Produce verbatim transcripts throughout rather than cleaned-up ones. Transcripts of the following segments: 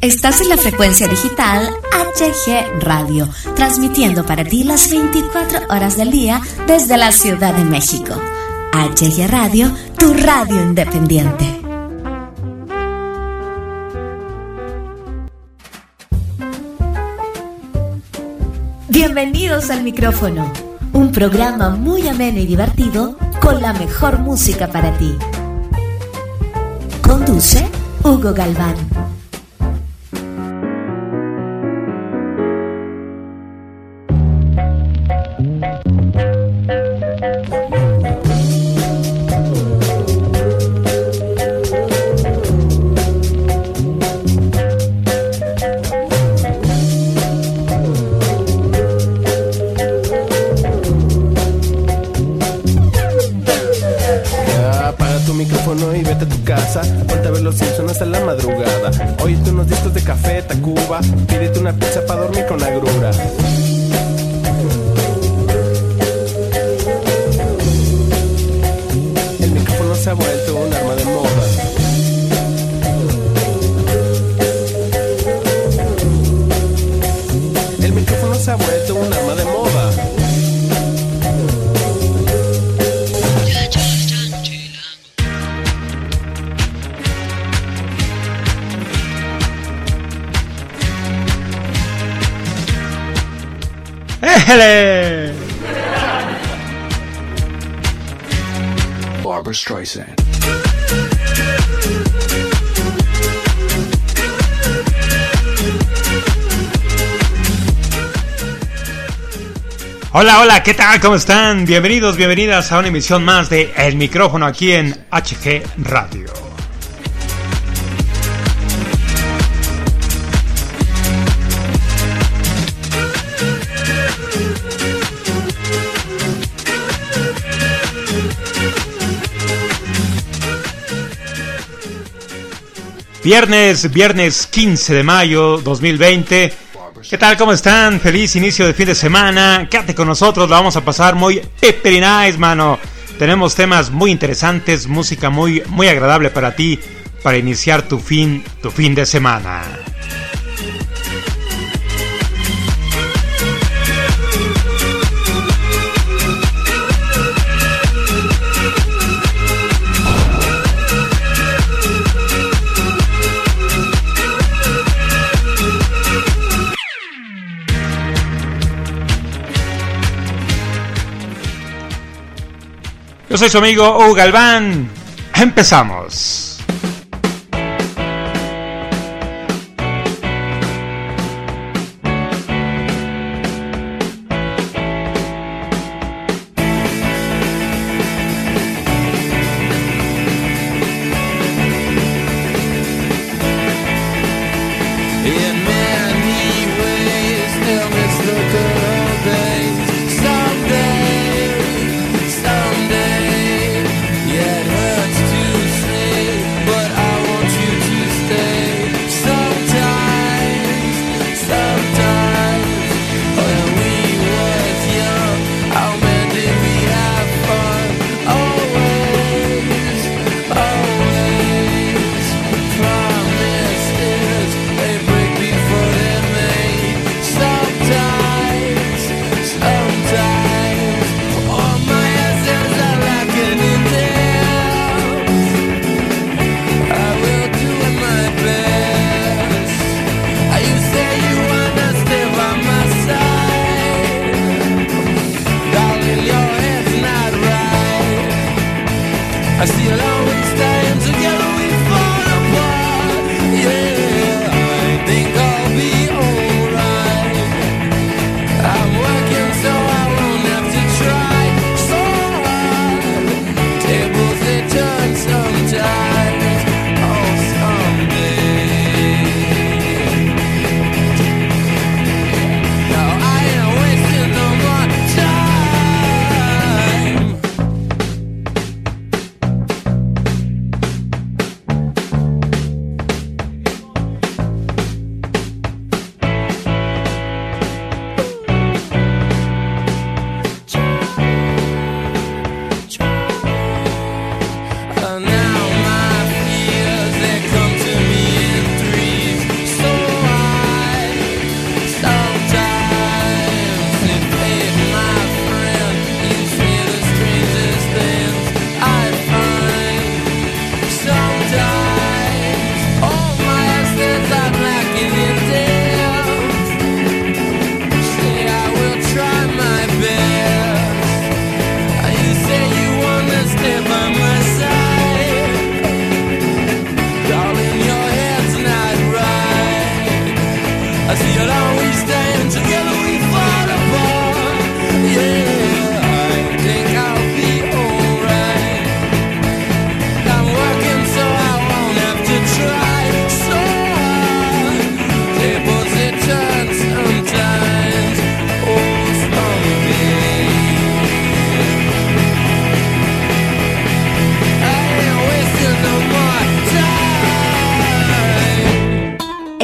Estás en la frecuencia digital H G Radio, transmitiendo para ti las veinticuatro horas del día desde la Ciudad de México. H G Radio, tu radio independiente. Bienvenidos al micrófono, un programa muy ameno y divertido con la mejor música para ti. Conduce Hugo Galván. Y vete a tu casa, ponte a ver los Simpsons hasta la madrugada. Óyete unos discos de Café Tacuba, pídete una pizza para dormir con agrura. El micrófono se ha vuelto un arma de moda. El micrófono se ha vuelto un arma de moda. ¡Éjele! Barbra Streisand. Hola, hola, ¿qué tal? ¿Cómo están? Bienvenidos, bienvenidas a una emisión más de El Micrófono aquí en H G Radio. Viernes, viernes quince de mayo dos mil veinte. ¿Qué tal? ¿Cómo están? Feliz inicio de fin de semana. Quédate con nosotros, la vamos a pasar muy pepper nice, mano. Tenemos temas muy interesantes, música muy, muy agradable para ti, para iniciar tu fin, tu fin de semana. Yo soy su amigo Hugo Galván. Empezamos. Someday, yeah, it hurts to say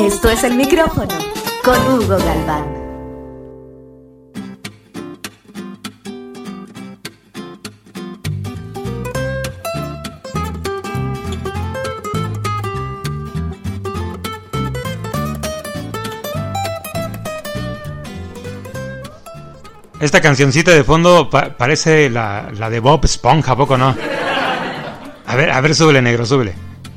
Esto es El Micrófono con Hugo Galván. Esta cancioncita de fondo pa- parece la, la de Bob Esponja, ¿a poco no? A ver, a ver, súbele, negro, súbele.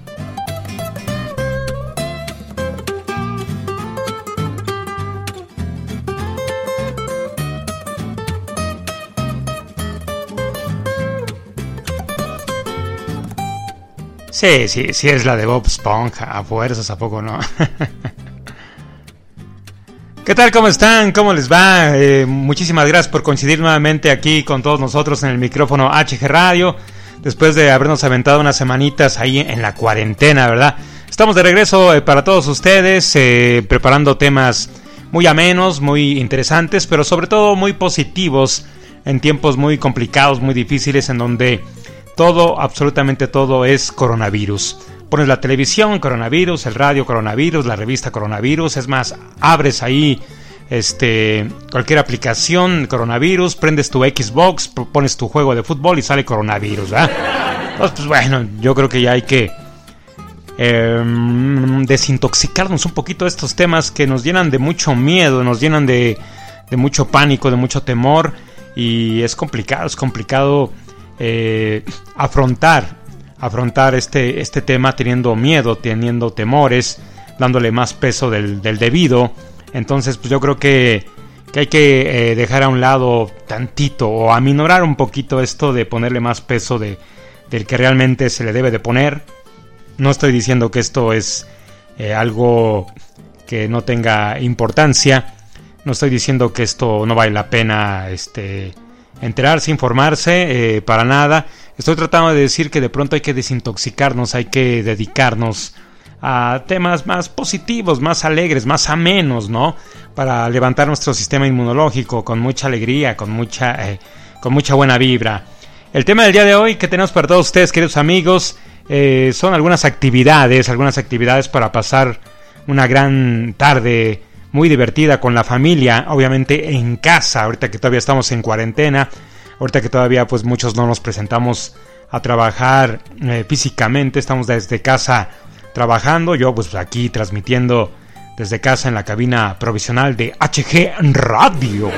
Sí, sí, sí es la de Bob Esponja, a fuerzas, ¿a poco no? ¿Qué tal? ¿Cómo están? ¿Cómo les va? Eh, muchísimas gracias por coincidir nuevamente aquí con todos nosotros en el micrófono H G Radio, después de habernos aventado unas semanitas ahí en la cuarentena, ¿verdad? Estamos de regreso eh, para todos ustedes, eh, preparando temas muy amenos, muy interesantes, pero sobre todo muy positivos en tiempos muy complicados, muy difíciles, en donde todo, absolutamente todo es coronavirus. Pones la televisión, coronavirus, el radio, coronavirus, la revista, coronavirus. Es más, abres ahí este, cualquier aplicación, coronavirus, prendes tu Xbox, pones tu juego de fútbol y sale coronavirus, ¿verdad? Entonces, pues bueno, yo creo que ya hay que eh, desintoxicarnos un poquito de estos temas que nos llenan de mucho miedo, nos llenan de, de mucho pánico, de mucho temor. Y es complicado, es complicado eh, afrontar afrontar este, este tema teniendo miedo, teniendo temores, dándole más peso del, del debido. Entonces, pues yo creo que, que hay que eh, dejar a un lado tantito o aminorar un poquito esto de ponerle más peso de, del que realmente se le debe de poner. No estoy diciendo que esto es eh, algo que no tenga importancia. No estoy diciendo que esto no vale la pena este, enterarse, informarse, eh, para nada. Estoy tratando de decir que de pronto hay que desintoxicarnos, hay que dedicarnos a temas más positivos, más alegres, más amenos, ¿no? Para levantar nuestro sistema inmunológico con mucha alegría, con mucha, eh, con mucha buena vibra. El tema del día de hoy que tenemos para todos ustedes, queridos amigos, eh, son algunas actividades, algunas actividades para pasar una gran tarde muy divertida con la familia, obviamente en casa, ahorita que todavía estamos en cuarentena. Ahorita que todavía pues muchos no nos presentamos a trabajar eh, físicamente, estamos desde casa trabajando, yo pues aquí transmitiendo desde casa en la cabina provisional de H G Radio.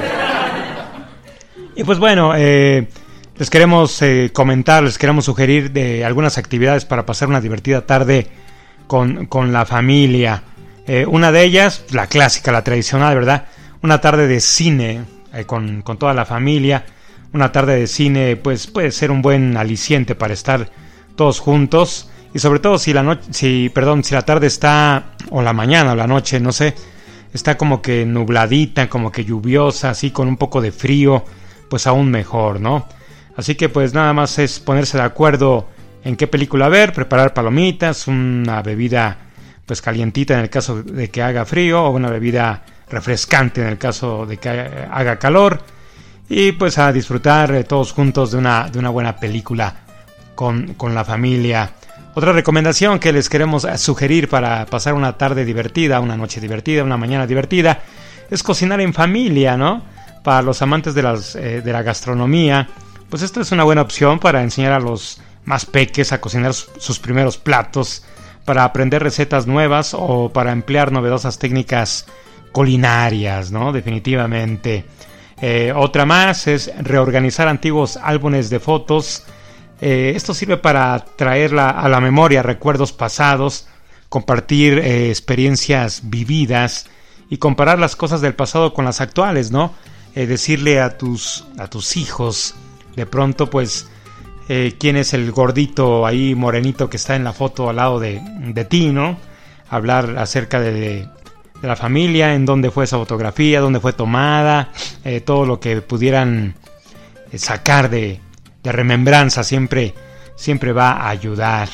Y pues bueno, eh, les queremos eh, comentar, les queremos sugerir de algunas actividades para pasar una divertida tarde con, con la familia. Eh, una de ellas, la clásica, la tradicional, ¿verdad? Una tarde de cine eh, con, con toda la familia. Una tarde de cine pues puede ser un buen aliciente para estar todos juntos, y sobre todo si la noche, si perdón, si la tarde está, o la mañana o la noche, no sé, está como que nubladita, como que lluviosa, así con un poco de frío, pues aún mejor, ¿no? Así que pues nada más es ponerse de acuerdo en qué película ver, preparar palomitas, una bebida pues calientita en el caso de que haga frío, o una bebida refrescante en el caso de que haga calor. Y pues a disfrutar eh, todos juntos de una, de una buena película con, con la familia. Otra recomendación que les queremos sugerir para pasar una tarde divertida, una noche divertida, una mañana divertida, es cocinar en familia, ¿no? Para los amantes de, las, eh, de la gastronomía, pues esto es una buena opción para enseñar a los más peques a cocinar sus primeros platos, para aprender recetas nuevas o para emplear novedosas técnicas culinarias, ¿no? Definitivamente. Eh, otra más es reorganizar antiguos álbumes de fotos. Eh, esto sirve para traer la, a la memoria recuerdos pasados, compartir eh, experiencias vividas y comparar las cosas del pasado con las actuales, ¿no? Eh, decirle a tus, a tus hijos de pronto pues eh, quién es el gordito ahí morenito que está en la foto al lado de, de ti, ¿no? Hablar acerca de... de de la familia, en dónde fue esa fotografía, dónde fue tomada, eh, todo lo que pudieran eh, sacar de, de remembranza siempre, siempre va a ayudar.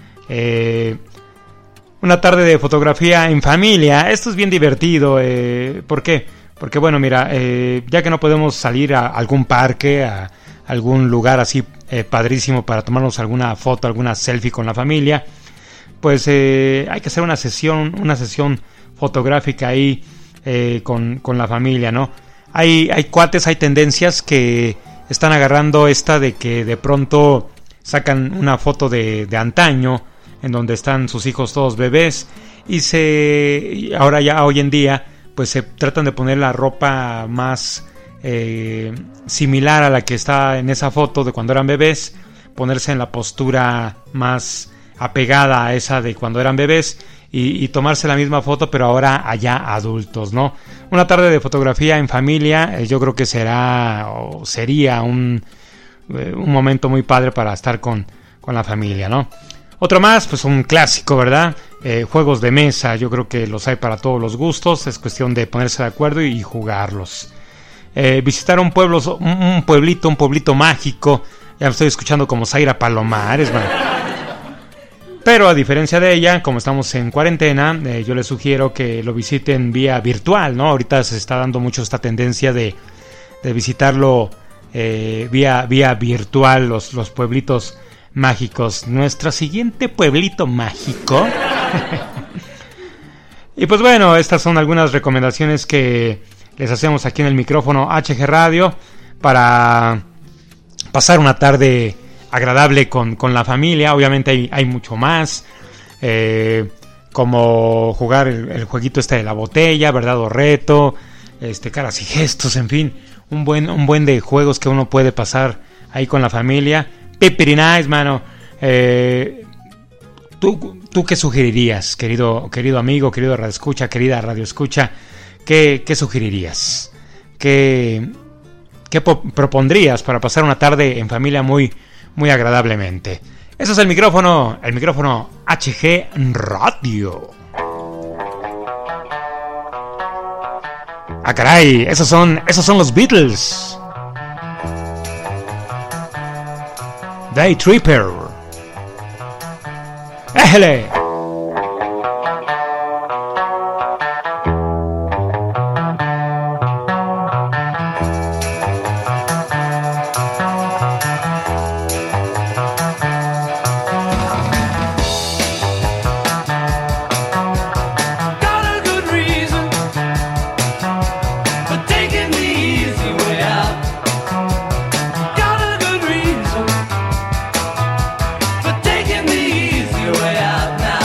Eh, una tarde de fotografía en familia, esto es bien divertido. Eh, ¿Por qué? Porque bueno, mira, eh, ya que no podemos salir a algún parque, a algún lugar así eh, padrísimo para tomarnos alguna foto, alguna selfie con la familia, pues eh, hay que hacer una sesión, una sesión fotográfica ahí eh, con, con la familia, ¿no? Hay, hay cuates, hay tendencias que están agarrando esta de que de pronto sacan una foto de, de antaño en donde están sus hijos todos bebés y se ahora ya hoy en día pues se tratan de poner la ropa más eh, similar a la que está en esa foto de cuando eran bebés, ponerse en la postura más apegada a esa de cuando eran bebés y, y tomarse la misma foto pero ahora allá adultos, ¿no? Una tarde de fotografía en familia, eh, yo creo que será o sería un, eh, un momento muy padre para estar con, con la familia, ¿no? Otro más, pues un clásico, ¿verdad? Eh, juegos de mesa, yo creo que los hay para todos los gustos, es cuestión de ponerse de acuerdo y, y jugarlos. Eh, visitar un pueblo, un pueblito, un pueblito mágico, ya me estoy escuchando como Zaira Palomares, man. Pero a diferencia de ella, como estamos en cuarentena, eh, yo les sugiero que lo visiten vía virtual, ¿no? Ahorita se está dando mucho esta tendencia de, de visitarlo eh, vía, vía virtual, los, los pueblitos mágicos. Nuestro siguiente pueblito mágico. Y pues bueno, estas son algunas recomendaciones que les hacemos aquí en el micrófono H G Radio para pasar una tarde agradable con, con la familia. Obviamente hay, hay mucho más, eh, como jugar el, el jueguito este de la botella, verdad o reto, este, caras y gestos, en fin, un buen, un buen de juegos que uno puede pasar ahí con la familia. Pepper nice, mano. Eh, ¿tú, ¿Tú qué sugerirías, querido, querido amigo, querido radioescucha, querida radioescucha? ¿Qué, qué sugerirías? ¿Qué, qué po- propondrías para pasar una tarde en familia muy, muy agradablemente? Eso es el micrófono, el micrófono H G Radio. Ah, caray, esos son, esos son los Beatles. Day Tripper. ¡Éjele! Now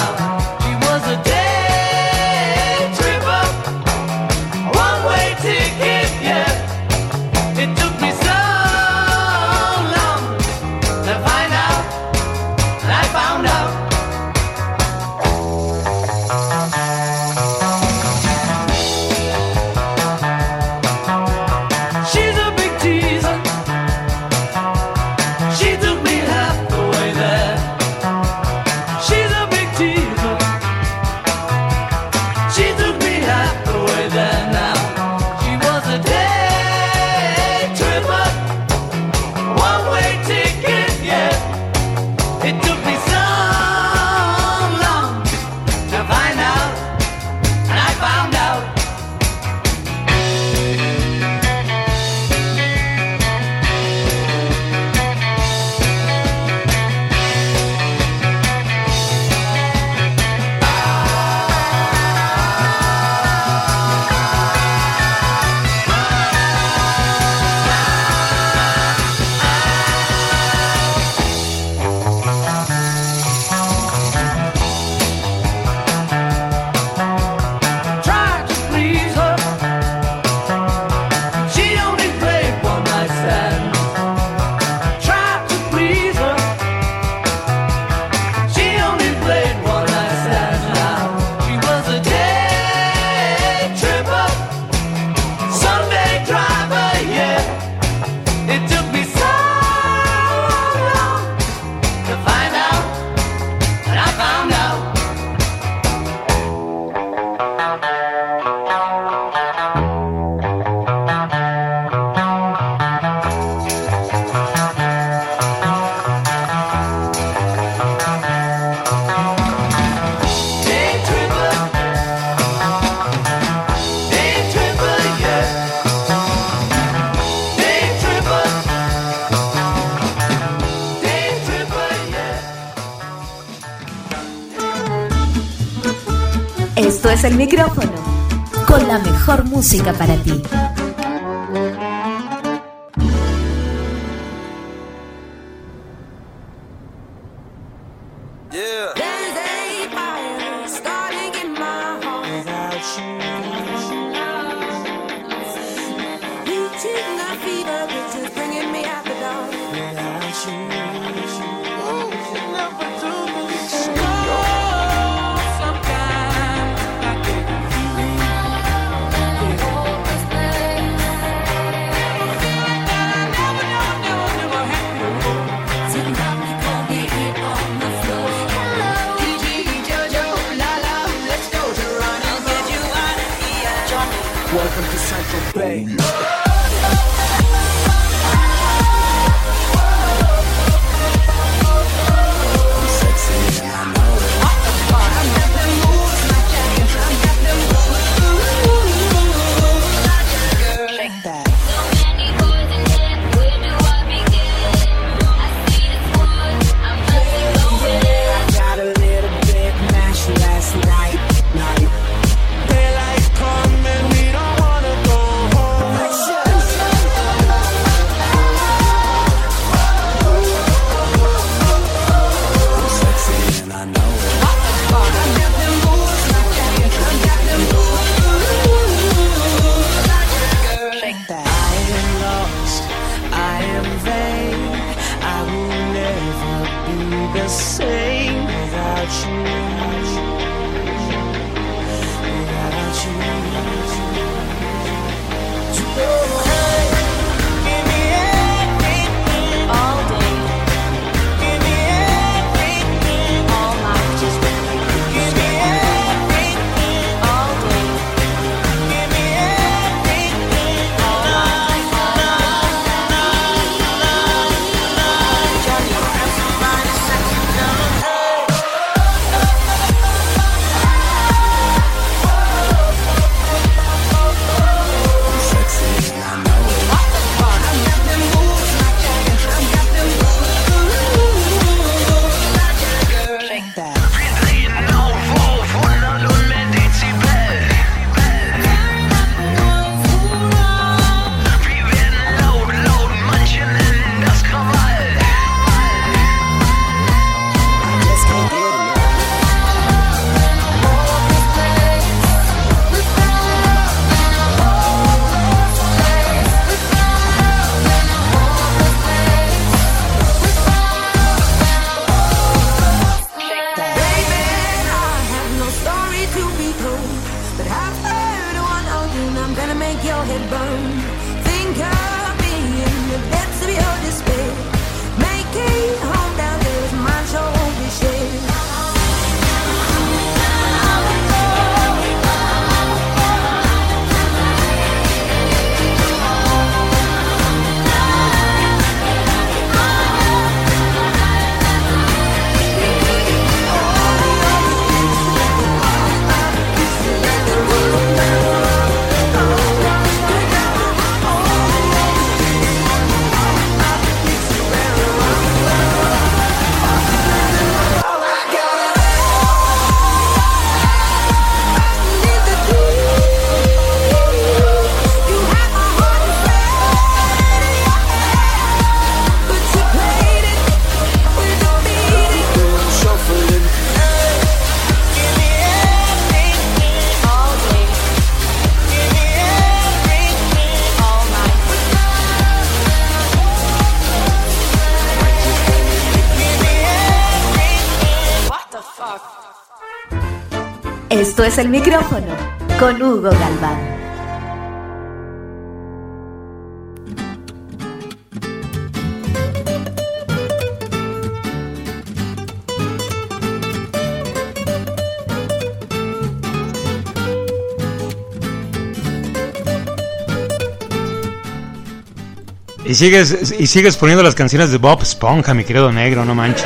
Esto es El Micrófono, con la mejor música para ti. Esto es El Micrófono, con Hugo Galván. Y sigues, y sigues poniendo las canciones de Bob Esponja, mi querido negro, no manches.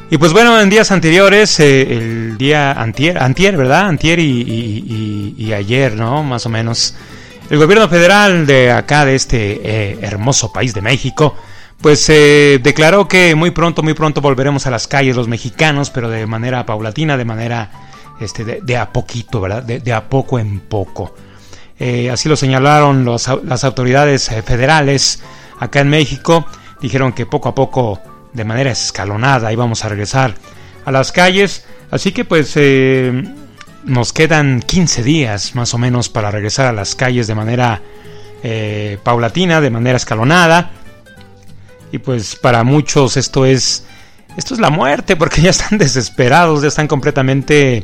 Y pues bueno, en días anteriores, eh, el día antier, antier, ¿verdad? Antier y, y, y, y ayer, ¿no? Más o menos. El gobierno federal de acá, de este eh, hermoso país de México, pues eh, declaró que muy pronto, muy pronto volveremos a las calles los mexicanos, pero de manera paulatina, de manera este, de, de a poquito, ¿verdad? De, de a poco en poco. Eh, así lo señalaron los, las autoridades federales acá en México. Dijeron que poco a poco, de manera escalonada, íbamos a regresar a las calles. Así que pues eh, nos quedan quince días más o menos para regresar a las calles de manera eh, paulatina, de manera escalonada. Y pues para muchos esto es esto es la muerte, porque ya están desesperados, ya están completamente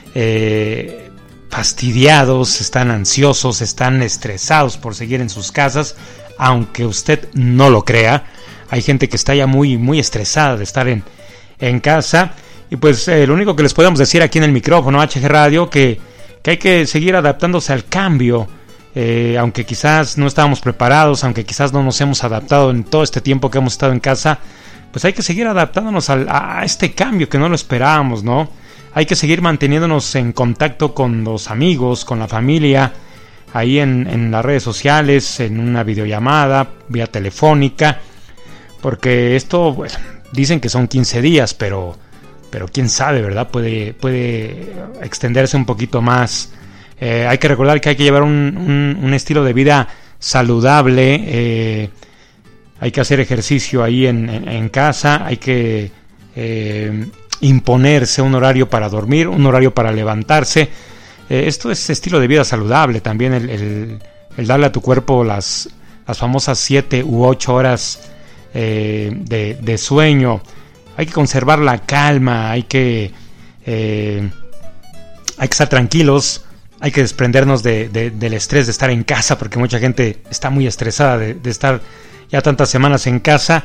eh, fastidiados, están ansiosos, están estresados por seguir en sus casas, aunque usted no lo crea. Hay gente que está ya muy, muy estresada de estar en, en casa. Y pues eh, lo único que les podemos decir aquí en el micrófono H G Radio, que, que hay que seguir adaptándose al cambio. Eh, aunque quizás no estábamos preparados, aunque quizás no nos hemos adaptado en todo este tiempo que hemos estado en casa, pues hay que seguir adaptándonos al, a este cambio que no lo esperábamos, ¿no? Hay que seguir manteniéndonos en contacto con los amigos, con la familia, ahí en, en las redes sociales, en una videollamada, vía telefónica, porque esto, bueno, dicen que son quince días, pero, pero quién sabe, ¿verdad? Puede, puede extenderse un poquito más. Eh, hay que recordar que hay que llevar un, un, un estilo de vida saludable, eh, hay que hacer ejercicio ahí en, en, en casa, hay que eh, imponerse un horario para dormir, un horario para levantarse. Eh, esto es estilo de vida saludable, también el, el, el darle a tu cuerpo las, las famosas siete u ocho horas eh, de, de sueño. Hay que conservar la calma, hay que, eh, hay que estar tranquilos. Hay que desprendernos de, de, del estrés de estar en casa, porque mucha gente está muy estresada de, de estar ya tantas semanas en casa.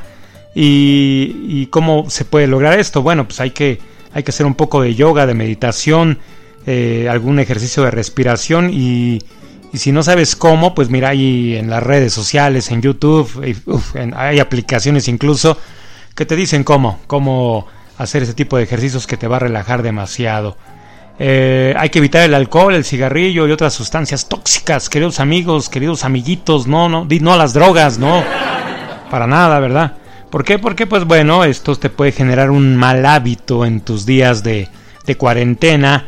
Y, y ¿cómo se puede lograr esto? Bueno, pues hay que, hay que hacer un poco de yoga, de meditación, eh, algún ejercicio de respiración. Y, y si no sabes cómo, pues mira, ahí en las redes sociales, en YouTube, uf, en, hay aplicaciones incluso que te dicen cómo, cómo hacer ese tipo de ejercicios que te va a relajar demasiado. Eh, hay que evitar el alcohol, el cigarrillo y otras sustancias tóxicas, queridos amigos, queridos amiguitos. No, no, no a las drogas, no, para nada, ¿verdad? ¿Por qué? Porque pues bueno, esto te puede generar un mal hábito en tus días de, de cuarentena.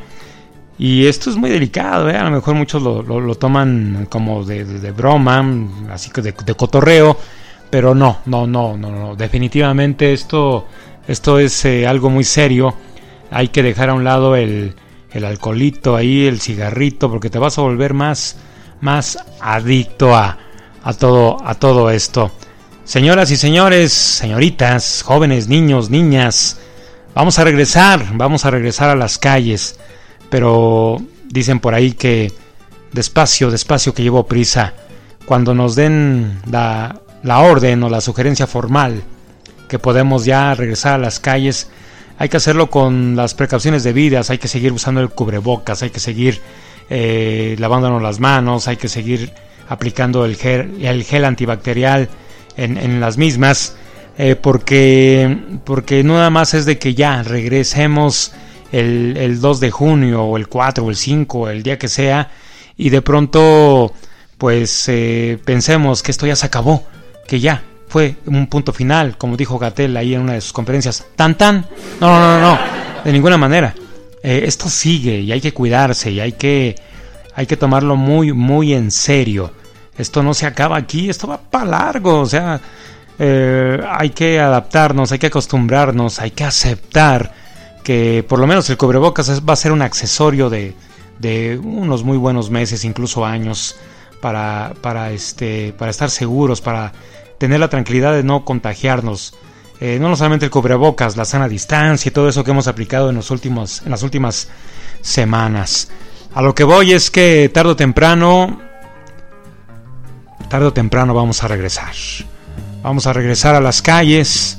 Y esto es muy delicado, ¿eh? A lo mejor muchos lo, lo, lo toman como de, de, de broma, así que de, de cotorreo. Pero no, no, no, no, no. Definitivamente esto, esto es eh, algo muy serio. Hay que dejar a un lado el el alcoholito ahí, el cigarrito, porque te vas a volver más, más adicto a, a todo, a todo esto. Señoras y señores, señoritas, jóvenes, niños, niñas, vamos a regresar, vamos a regresar a las calles, pero dicen por ahí que despacio, despacio que llevo prisa. Cuando nos den la, la orden o la sugerencia formal que podemos ya regresar a las calles, hay que hacerlo con las precauciones debidas, hay que seguir usando el cubrebocas, hay que seguir eh, lavándonos las manos, hay que seguir aplicando el gel, el gel antibacterial en, en las mismas, eh, porque, porque no nada más es de que ya regresemos el, el dos de junio o el cuatro o el cinco, el día que sea, y de pronto pues eh, pensemos que esto ya se acabó, que ya fue un punto final, como dijo Gatell ahí en una de sus conferencias. ¿Tan tan? No, no, no, no, de ninguna manera. Eh, esto sigue y hay que cuidarse y hay que, hay que tomarlo muy, muy en serio. Esto no se acaba aquí, esto va para largo. O sea, eh, hay que adaptarnos, hay que acostumbrarnos, hay que aceptar que por lo menos el cubrebocas es, va a ser un accesorio de, de unos muy buenos meses, incluso años, para, para, este, para estar seguros, para tener la tranquilidad de no contagiarnos. Eh, no solamente el cubrebocas, la sana distancia y todo eso que hemos aplicado en, los últimos, en las últimas semanas. A lo que voy es que tarde o temprano, tarde o temprano vamos a regresar. Vamos a regresar a las calles.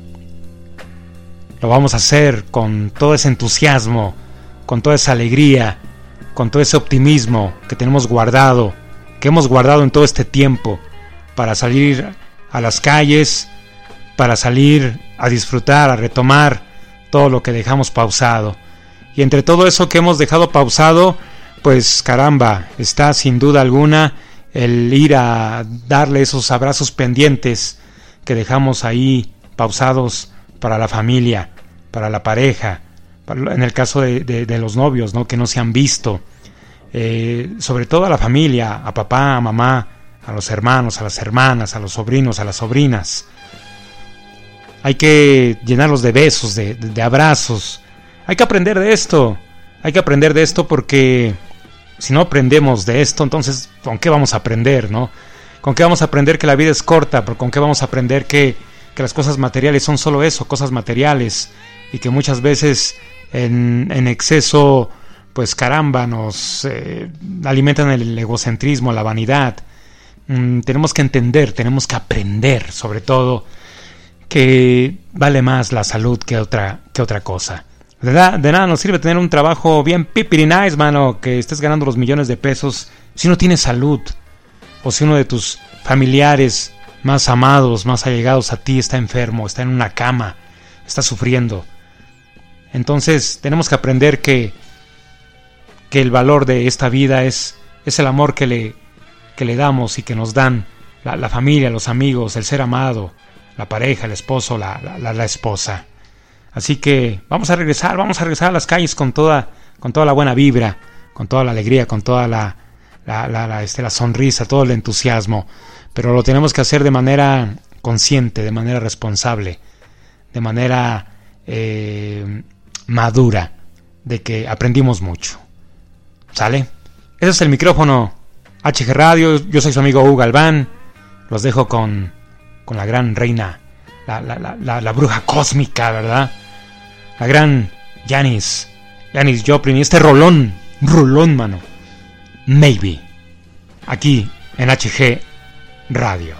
Lo vamos a hacer con todo ese entusiasmo, con toda esa alegría, con todo ese optimismo que tenemos guardado, que hemos guardado en todo este tiempo, para salir a las calles, para salir a disfrutar, a retomar todo lo que dejamos pausado. Y entre todo eso que hemos dejado pausado, pues caramba, está sin duda alguna el ir a darle esos abrazos pendientes que dejamos ahí pausados para la familia, para la pareja, para, en el caso de, de, de los novios, ¿no?, que no se han visto, eh, sobre todo a la familia, a papá, a mamá, a los hermanos, a las hermanas, a los sobrinos, a las sobrinas. Hay que llenarlos de besos, de, de, de abrazos. Hay que aprender de esto, hay que aprender de esto porque si no aprendemos de esto, entonces ¿con qué vamos a aprender, no? ¿Con qué vamos a aprender que la vida es corta? ¿Con qué vamos a aprender que, que las cosas materiales son solo eso, cosas materiales? Y que muchas veces en, en exceso, pues caramba, nos eh, alimentan el egocentrismo, la vanidad. Mm, tenemos que entender, tenemos que aprender, sobre todo, que vale más la salud que otra, que otra cosa. De, da, de nada nos sirve tener un trabajo bien pipiri nice, mano, que estés ganando los millones de pesos si no tienes salud, o si uno de tus familiares más amados, más allegados a ti está enfermo, está en una cama, está sufriendo. Entonces tenemos que aprender que, que el valor de esta vida es, es el amor que le, que le damos y que nos dan la, la familia, los amigos, el ser amado, la pareja, el esposo, la, la, la, la esposa. Así que vamos a regresar, vamos a regresar a las calles con toda, con toda la buena vibra, con toda la alegría, con toda la, la, la, la, este, la sonrisa, todo el entusiasmo. Pero lo tenemos que hacer de manera consciente, de manera responsable, de manera eh, madura, de que aprendimos mucho. ¿Sale? Ese es el micrófono H G Radio. Yo soy su amigo Hugo Galván. Los dejo con, con la gran reina, la, la, la, la, la bruja cósmica, ¿verdad? La gran Janis, Janis Joplin, y este rolón, rolón, mano, Maybe, aquí en H G Radio.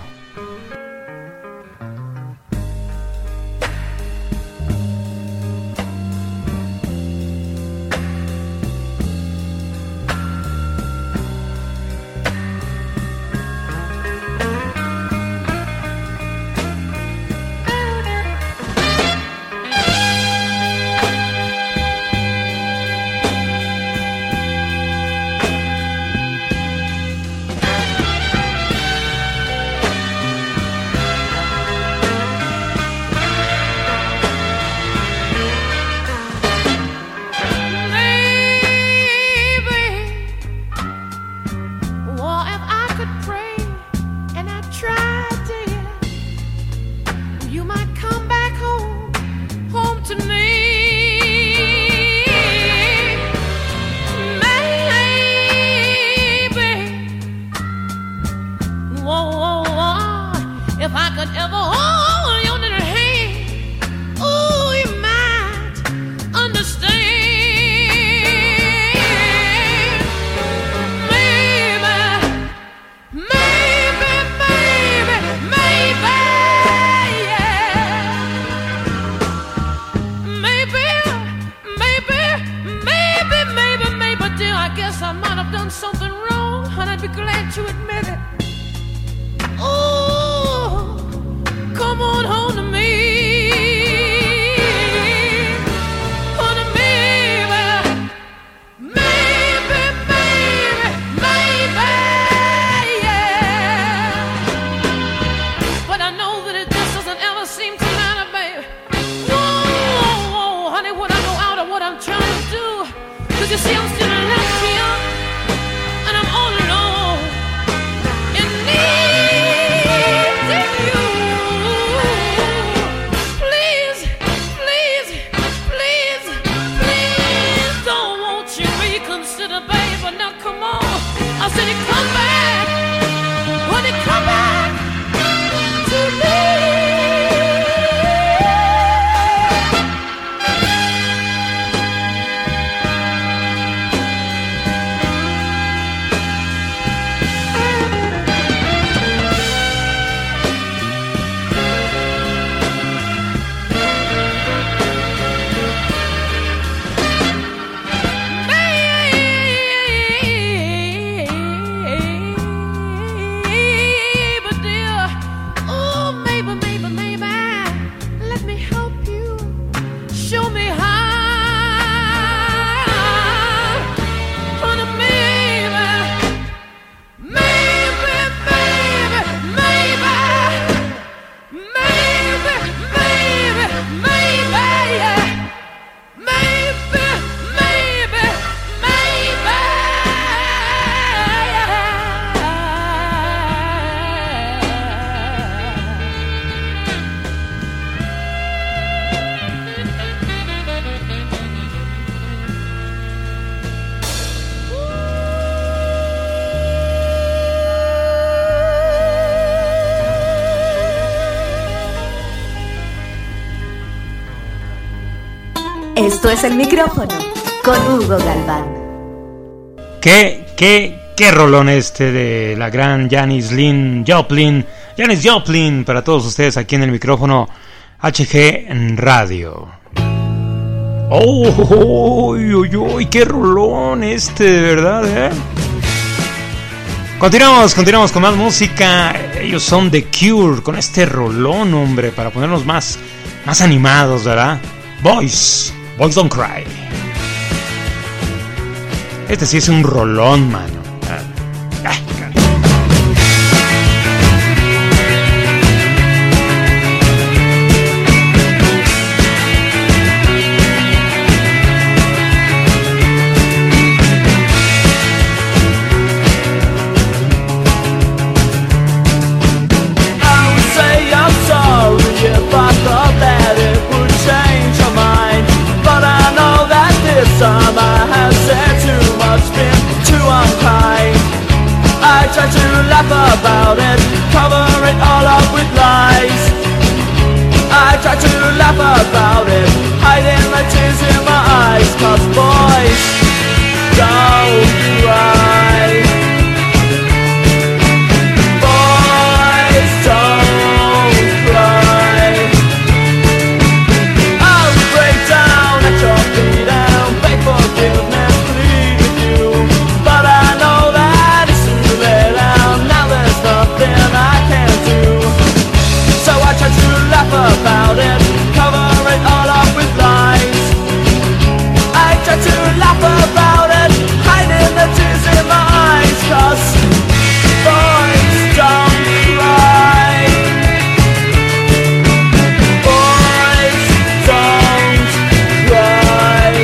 Esto es El Micrófono con Hugo Galván. ¿Qué, qué, qué rolón este de la gran Janis Lynn Joplin? Janis Joplin para todos ustedes aquí en El Micrófono H G Radio. ¡Oh! ¡Uy, uy, uy! ¡Qué rolón este, de verdad, eh! Continuamos, continuamos con más música. Ellos son The Cure con este rolón, hombre, para ponernos más, más animados, ¿verdad? Boys, Boys Don't Cry. Este sí es un rolón, mano. Ay, time I have said too much, been too unkind. I try to laugh about it, cover it all up with lies. I try to laugh about it, hiding the tears in my eyes. Cause boys don't cry. Boys don't cry. I'll break down at your feet and beg forgiveness, plead with you. But I know that it's too late and now there's nothing I can do. So I try to laugh about it, cover it all up with lies. I try to laugh about it, hiding the tears in my eyes. Cause boys don't cry. Boys don't cry.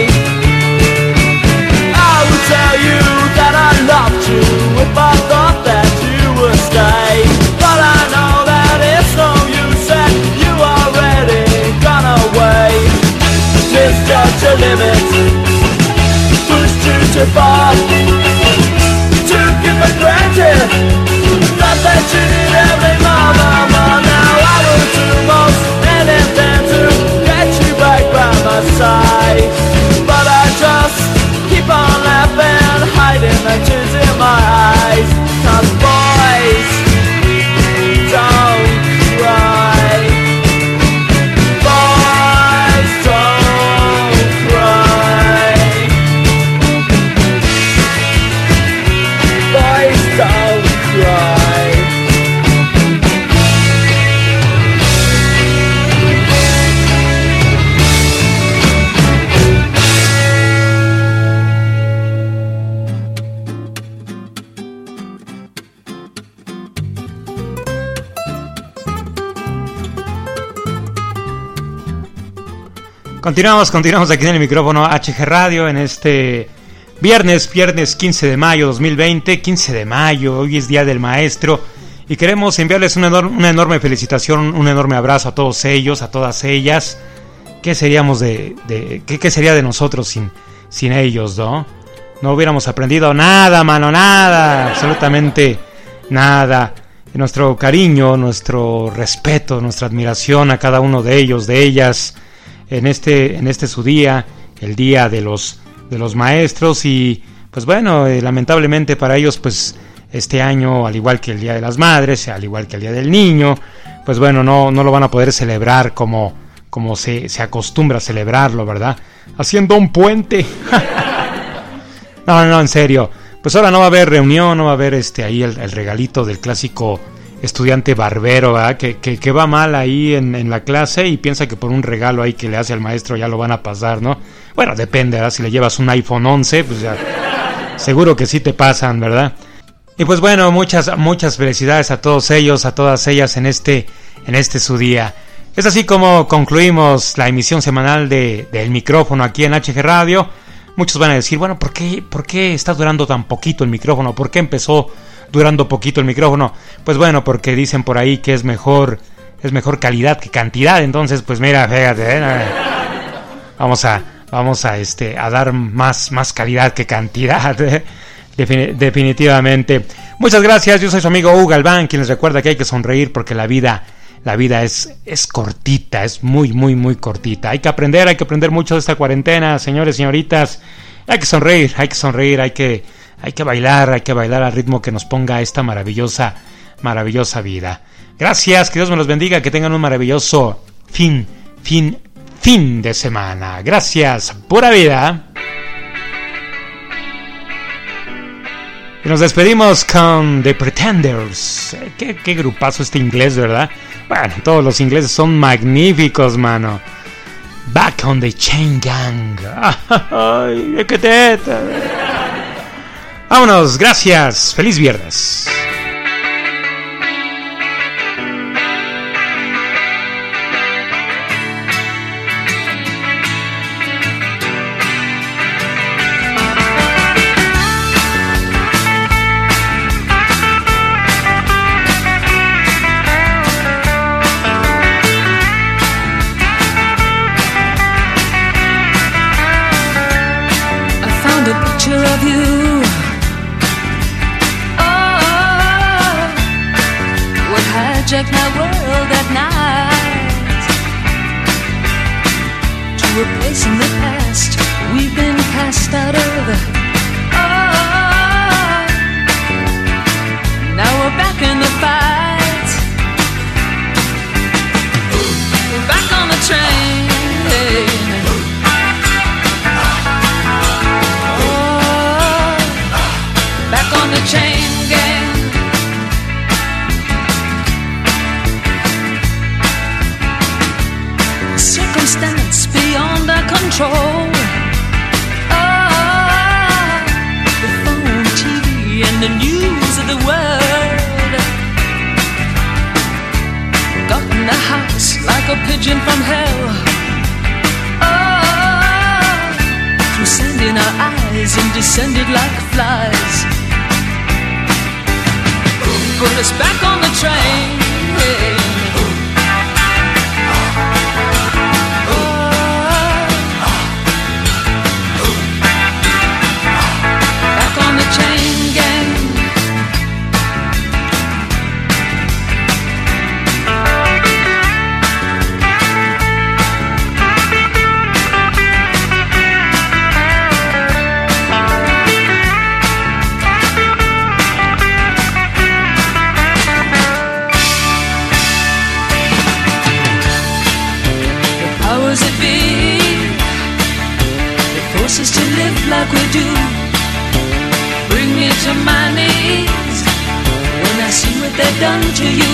I would tell you that I loved you if I thought that you would stay. But I know that it's no use and you already gone away. Misjudge your limits, pushed you too far, took it for granted, thought that you did every mama. Now I will do most anything to get you back by my side. But I just keep on laughing, hiding the tears in my eyes. Cause boys don't cry. Boys don't cry. Boys don't cry. Continuamos, continuamos aquí en el micrófono H G Radio en este viernes, viernes quince de mayo dos mil veinte, quince de mayo, hoy es Día del Maestro y queremos enviarles una enorme, una enorme felicitación, un enorme abrazo a todos ellos, a todas ellas. ¿Qué seríamos de, de qué, qué sería de nosotros sin, sin ellos, no? No hubiéramos aprendido nada, mano, nada, absolutamente nada. Nuestro cariño, nuestro respeto, nuestra admiración a cada uno de ellos, de ellas. En este, en este su día, el día de los, de los maestros y pues bueno, eh, lamentablemente para ellos pues este año, al igual que el Día de las Madres, al igual que el Día del Niño, pues bueno, no, no lo van a poder celebrar como, como se, se acostumbra a celebrarlo, ¿verdad? Haciendo un puente. No, no, en serio, pues ahora no va a haber reunión, no va a haber este ahí el, el regalito del clásico estudiante barbero, ¿verdad? Que, que, que va mal ahí en, en la clase y piensa que por un regalo ahí que le hace al maestro ya lo van a pasar, ¿no? Bueno, depende, ¿verdad? Si le llevas un iPhone once, pues ya seguro que sí te pasan, ¿verdad? Y pues bueno, muchas muchas felicidades a todos ellos, a todas ellas en este en este su día. Es así como concluimos la emisión semanal de del micrófono aquí en H G Radio. Muchos van a decir, bueno, ¿por qué, ¿por qué está durando tan poquito el micrófono? ¿Por qué empezó durando poquito el micrófono? Pues bueno, porque dicen por ahí que es mejor es mejor calidad que cantidad. Entonces, pues mira, fíjate, ¿eh? vamos a vamos a este a dar más más calidad que cantidad, ¿eh? Defin- definitivamente. Muchas gracias. Yo soy su amigo Hugo Galván, quien les recuerda que hay que sonreír porque la vida la vida es, es cortita, es muy, muy, muy cortita. Hay que aprender, hay que aprender mucho de esta cuarentena, señores, señoritas. Hay que sonreír, hay que sonreír, hay que, hay que bailar, hay que bailar al ritmo que nos ponga esta maravillosa, maravillosa vida. Gracias, que Dios me los bendiga, que tengan un maravilloso fin, fin, fin de semana. Gracias, pura vida. Y nos despedimos con The Pretenders. Qué, qué grupazo este inglés, ¿verdad? Bueno, todos los ingleses son magníficos, mano. Back on the Chain Gang. Ay, qué teta. Vámonos, gracias. Feliz viernes. Check my world at night to a place in the past we've been cast out of. Oh, now we're back in the fight. We're back on the train. Oh, back on the chain gang. Circumstance beyond our control. Ah, the phone, T V, and the news of the world got in the house like a pigeon from hell. Ah, through sand in our eyes and descended like flies. Put us back on the train. Yeah. Chain gang. The powers that be, they force us to live like we do. Bring me to my knees when I see what they've done to you.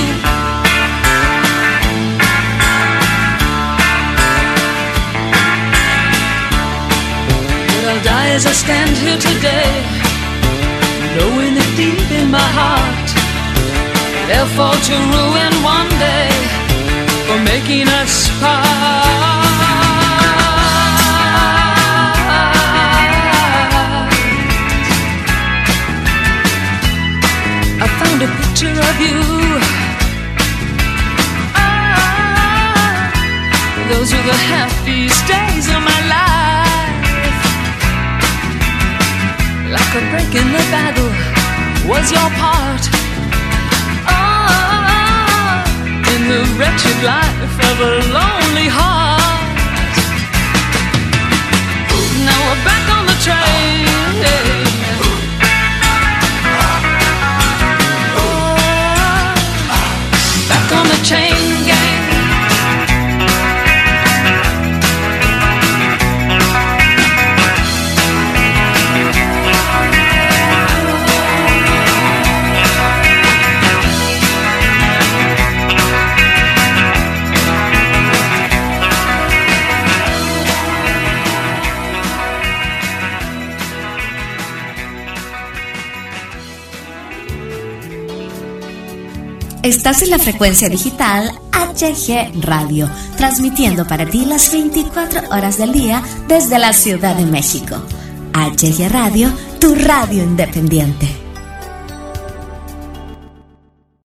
But I'll die as I stand here today, knowing that deep in my heart they'll fall to ruin one day for making us part. I found a picture of you. Ah, those were the happiest days of my life. Like a break in the battle was your part. Ah, in the wretched life of a lonely heart. Now we're back on the train. On the chain gang. Estás en la frecuencia digital H G Radio, transmitiendo para ti las veinticuatro horas del día desde la Ciudad de México. H G Radio, tu radio independiente.